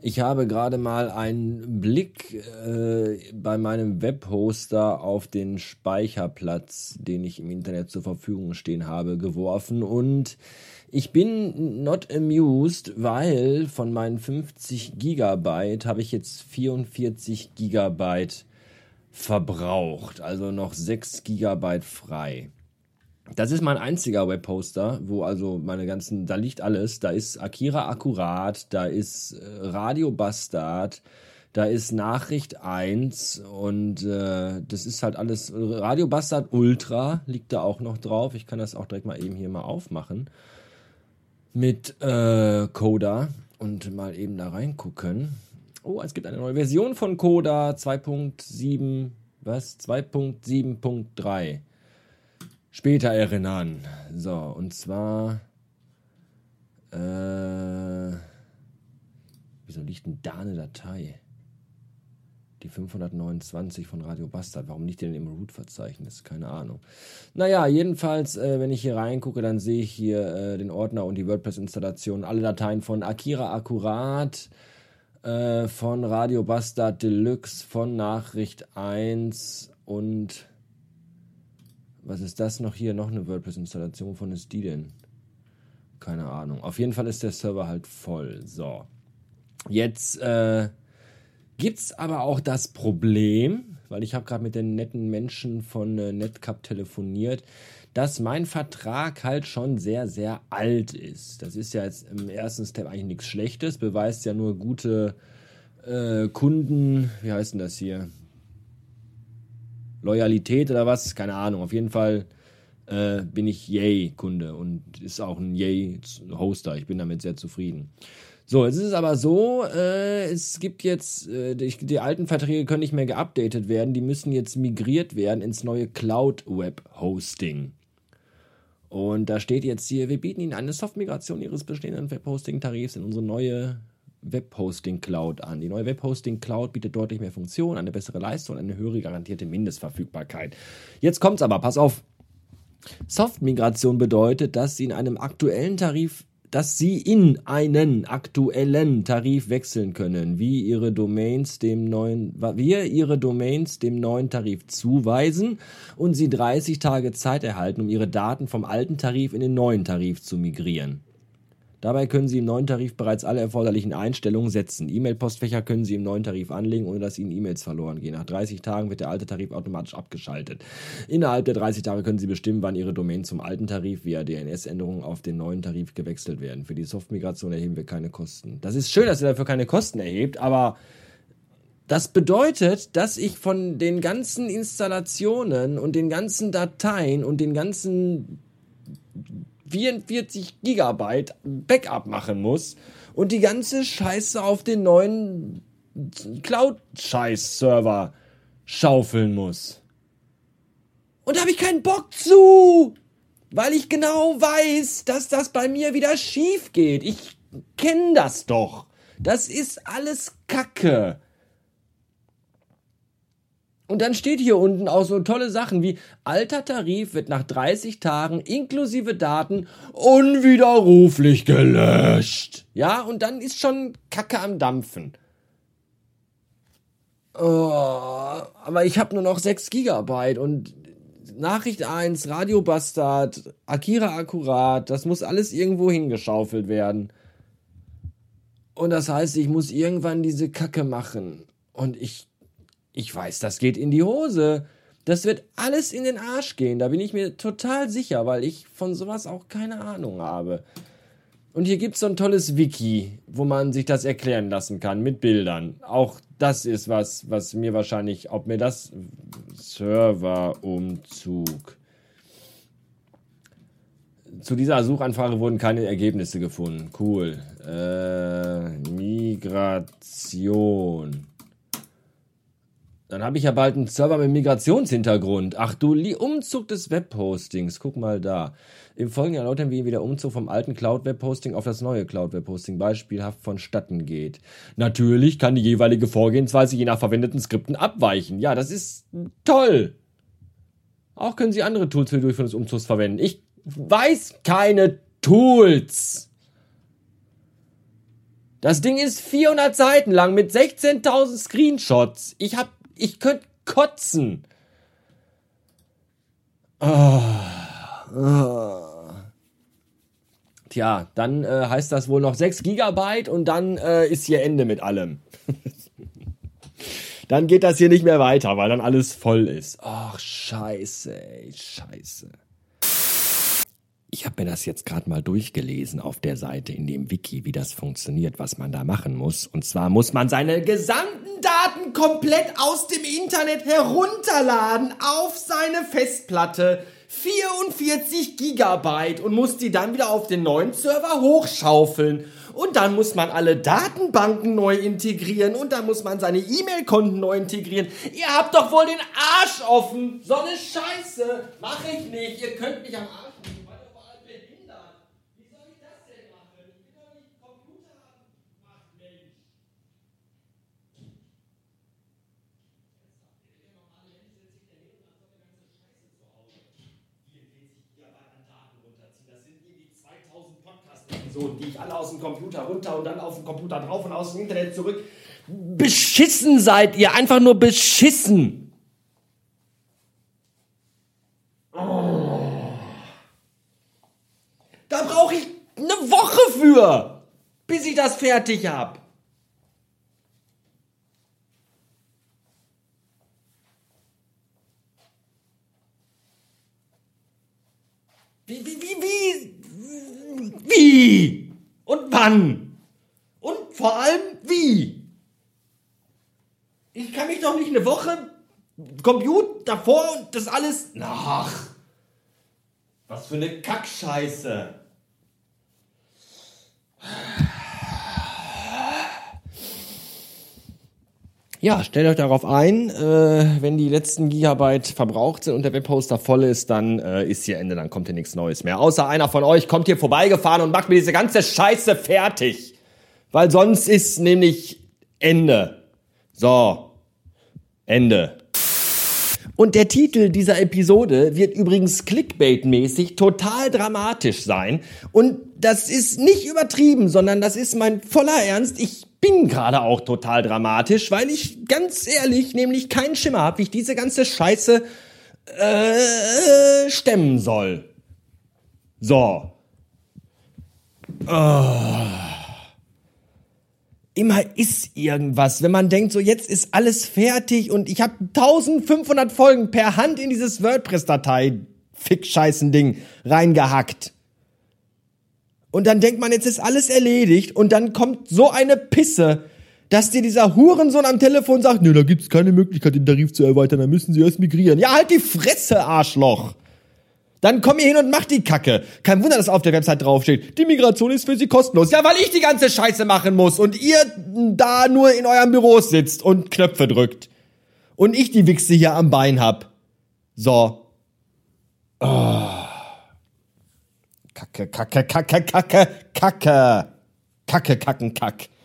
Ich habe gerade mal einen Blick bei meinem Webhoster auf den Speicherplatz, den ich im Internet zur Verfügung stehen habe, geworfen und ich bin not amused, weil von meinen 50 Gigabyte habe ich jetzt 44 Gigabyte verbraucht, also noch 6 Gigabyte frei. Das ist mein einziger Webhoster, wo also meine ganzen, da liegt alles. Da ist Akira Akkurat, da ist Radio Bastard, da ist Nachricht 1 und das ist halt alles. Radio Bastard Ultra liegt da auch noch drauf. Ich kann das auch direkt mal eben hier mal aufmachen mit Coda und mal eben da reingucken. Oh, es gibt eine neue Version von Coda 2.7, 2.7.3. Später erinnern. So, und zwar wieso liegt denn da eine Datei? Die 529 von Radio Bastard. Warum liegt die denn im Root-Verzeichnis? Keine Ahnung. Naja, jedenfalls, wenn ich hier reingucke, dann sehe ich hier den Ordner und die WordPress-Installation. Alle Dateien von Akira Akkurat, von Radio Bastard Deluxe, von Nachricht 1 und was ist das noch hier? Noch eine WordPress-Installation, von ist die denn? Keine Ahnung. Auf jeden Fall ist der Server halt voll. So. Jetzt gibt's aber auch das Problem, weil ich habe gerade mit den netten Menschen von Netcup telefoniert, dass mein Vertrag halt schon sehr, sehr alt ist. Das ist ja jetzt im ersten Step eigentlich nichts Schlechtes, beweist ja nur gute Kunden, wie heißt denn das hier? Loyalität oder was? Keine Ahnung. Auf jeden Fall bin ich Yay-Kunde und ist auch ein Yay-Hoster. Ich bin damit sehr zufrieden. So, jetzt ist es aber so, es gibt jetzt, die alten Verträge können nicht mehr geupdatet werden, die müssen jetzt migriert werden ins neue Cloud-Web-Hosting. Und da steht jetzt hier, wir bieten Ihnen eine Soft-Migration Ihres bestehenden Web-Hosting-Tarifs in unsere neue Webhosting Cloud an. Die neue Webhosting Cloud bietet deutlich mehr Funktionen, eine bessere Leistung und eine höhere garantierte Mindestverfügbarkeit. Jetzt kommt's aber, pass auf. Soft-Migration bedeutet, dass Sie in einen aktuellen Tarif wechseln können, wir ihre Domains dem neuen Tarif zuweisen und sie 30 Tage Zeit erhalten, um ihre Daten vom alten Tarif in den neuen Tarif zu migrieren. Dabei können Sie im neuen Tarif bereits alle erforderlichen Einstellungen setzen. E-Mail-Postfächer können Sie im neuen Tarif anlegen, ohne dass Ihnen E-Mails verloren gehen. Nach 30 Tagen wird der alte Tarif automatisch abgeschaltet. Innerhalb der 30 Tage können Sie bestimmen, wann Ihre Domain zum alten Tarif via DNS-Änderungen auf den neuen Tarif gewechselt werden. Für die Soft-Migration erheben wir keine Kosten. Das ist schön, dass ihr dafür keine Kosten erhebt, aber das bedeutet, dass ich von den ganzen Installationen und den ganzen Dateien und den ganzen 44 Gigabyte Backup machen muss und die ganze Scheiße auf den neuen Cloud-Scheiß-Server schaufeln muss. Und da habe ich keinen Bock zu, weil ich genau weiß, dass das bei mir wieder schief geht. Ich kenne das doch. Das ist alles Kacke. Und dann steht hier unten auch so tolle Sachen wie alter Tarif wird nach 30 Tagen inklusive Daten unwiderruflich gelöscht. Ja, und dann ist schon Kacke am Dampfen. Oh, aber ich habe nur noch 6 Gigabyte und Nachricht 1, Radio Bastard, Akira Akkurat, das muss alles irgendwo hingeschaufelt werden. Und das heißt, ich muss irgendwann diese Kacke machen. Und ich weiß, das geht in die Hose. Das wird alles in den Arsch gehen. Da bin ich mir total sicher, weil ich von sowas auch keine Ahnung habe. Und hier gibt es so ein tolles Wiki, wo man sich das erklären lassen kann mit Bildern. Auch das ist was mir wahrscheinlich, ob mir das Serverumzug. Zu dieser Suchanfrage wurden keine Ergebnisse gefunden. Cool. Migration. Dann habe ich ja bald einen Server mit Migrationshintergrund. Ach du, Umzug des Webhostings. Guck mal da. Im Folgenden erläutern wir, wie der Umzug vom alten Cloud-Webhosting auf das neue Cloud-Webhosting beispielhaft vonstatten geht. Natürlich kann die jeweilige Vorgehensweise je nach verwendeten Skripten abweichen. Ja, das ist toll. Auch können Sie andere Tools für die Durchführung des Umzugs verwenden. Ich weiß keine Tools. Das Ding ist 400 Seiten lang mit 16.000 Screenshots. Ich könnte kotzen. Tja, dann heißt das wohl noch 6 Gigabyte und dann ist hier Ende mit allem. Dann geht das hier nicht mehr weiter, weil dann alles voll ist. Ach, scheiße, ey, scheiße. Ich habe mir das jetzt gerade mal durchgelesen auf der Seite in dem Wiki, wie das funktioniert, was man da machen muss. Und zwar muss man seine gesamten Daten komplett aus dem Internet herunterladen auf seine Festplatte. 44 Gigabyte und muss die dann wieder auf den neuen Server hochschaufeln. Und dann muss man alle Datenbanken neu integrieren und dann muss man seine E-Mail-Konten neu integrieren. Ihr habt doch wohl den Arsch offen. So eine Scheiße. Mach ich nicht. Ihr könnt mich am Arsch nehmen, weil ihr überall behindert. Wie soll ich das denn machen? Ich will doch nicht Computer haben. Ach Mensch. Das sind irgendwie 2000 Podcast-Episoden, die ich alle aus dem Computer runter und dann auf dem Computer drauf und aus dem Internet zurück. Beschissen seid ihr, einfach nur beschissen. Da brauche ich eine Woche für, bis ich das fertig habe. Wie? Und wann? Und vor allem wie? Ich kann mich doch nicht eine Woche Computer davor und das alles... Ach, was für eine Kackscheiße. Ja, stellt euch darauf ein, wenn die letzten Gigabyte verbraucht sind und der Webhoster voll ist, dann ist hier Ende, dann kommt hier nichts Neues mehr. Außer einer von euch kommt hier vorbeigefahren und macht mir diese ganze Scheiße fertig. Weil sonst ist nämlich Ende. So, Ende. Und der Titel dieser Episode wird übrigens Clickbait-mäßig total dramatisch sein. Und das ist nicht übertrieben, sondern das ist mein voller Ernst. Ich bin gerade auch total dramatisch, weil ich ganz ehrlich nämlich keinen Schimmer habe, wie ich diese ganze Scheiße stemmen soll. So. Immer ist irgendwas, wenn man denkt, so jetzt ist alles fertig und ich habe 1500 Folgen per Hand in dieses WordPress-Datei Fick-Scheißen-Ding reingehackt. Und dann denkt man, jetzt ist alles erledigt und dann kommt so eine Pisse, dass dir dieser Hurensohn am Telefon sagt, ne, da gibt's keine Möglichkeit, den Tarif zu erweitern, da müssen sie erst migrieren. Ja, halt die Fresse, Arschloch! Dann komm hier hin und mach die Kacke. Kein Wunder, dass auf der Website draufsteht, die Migration ist für sie kostenlos. Ja, weil ich die ganze Scheiße machen muss und ihr da nur in eurem Büro sitzt und Knöpfe drückt. Und ich die Wichse hier am Bein hab. So. Oh. Kacke, Kacke, Kacke, Kacke, Kacke. Kacke, Kacken, Kack.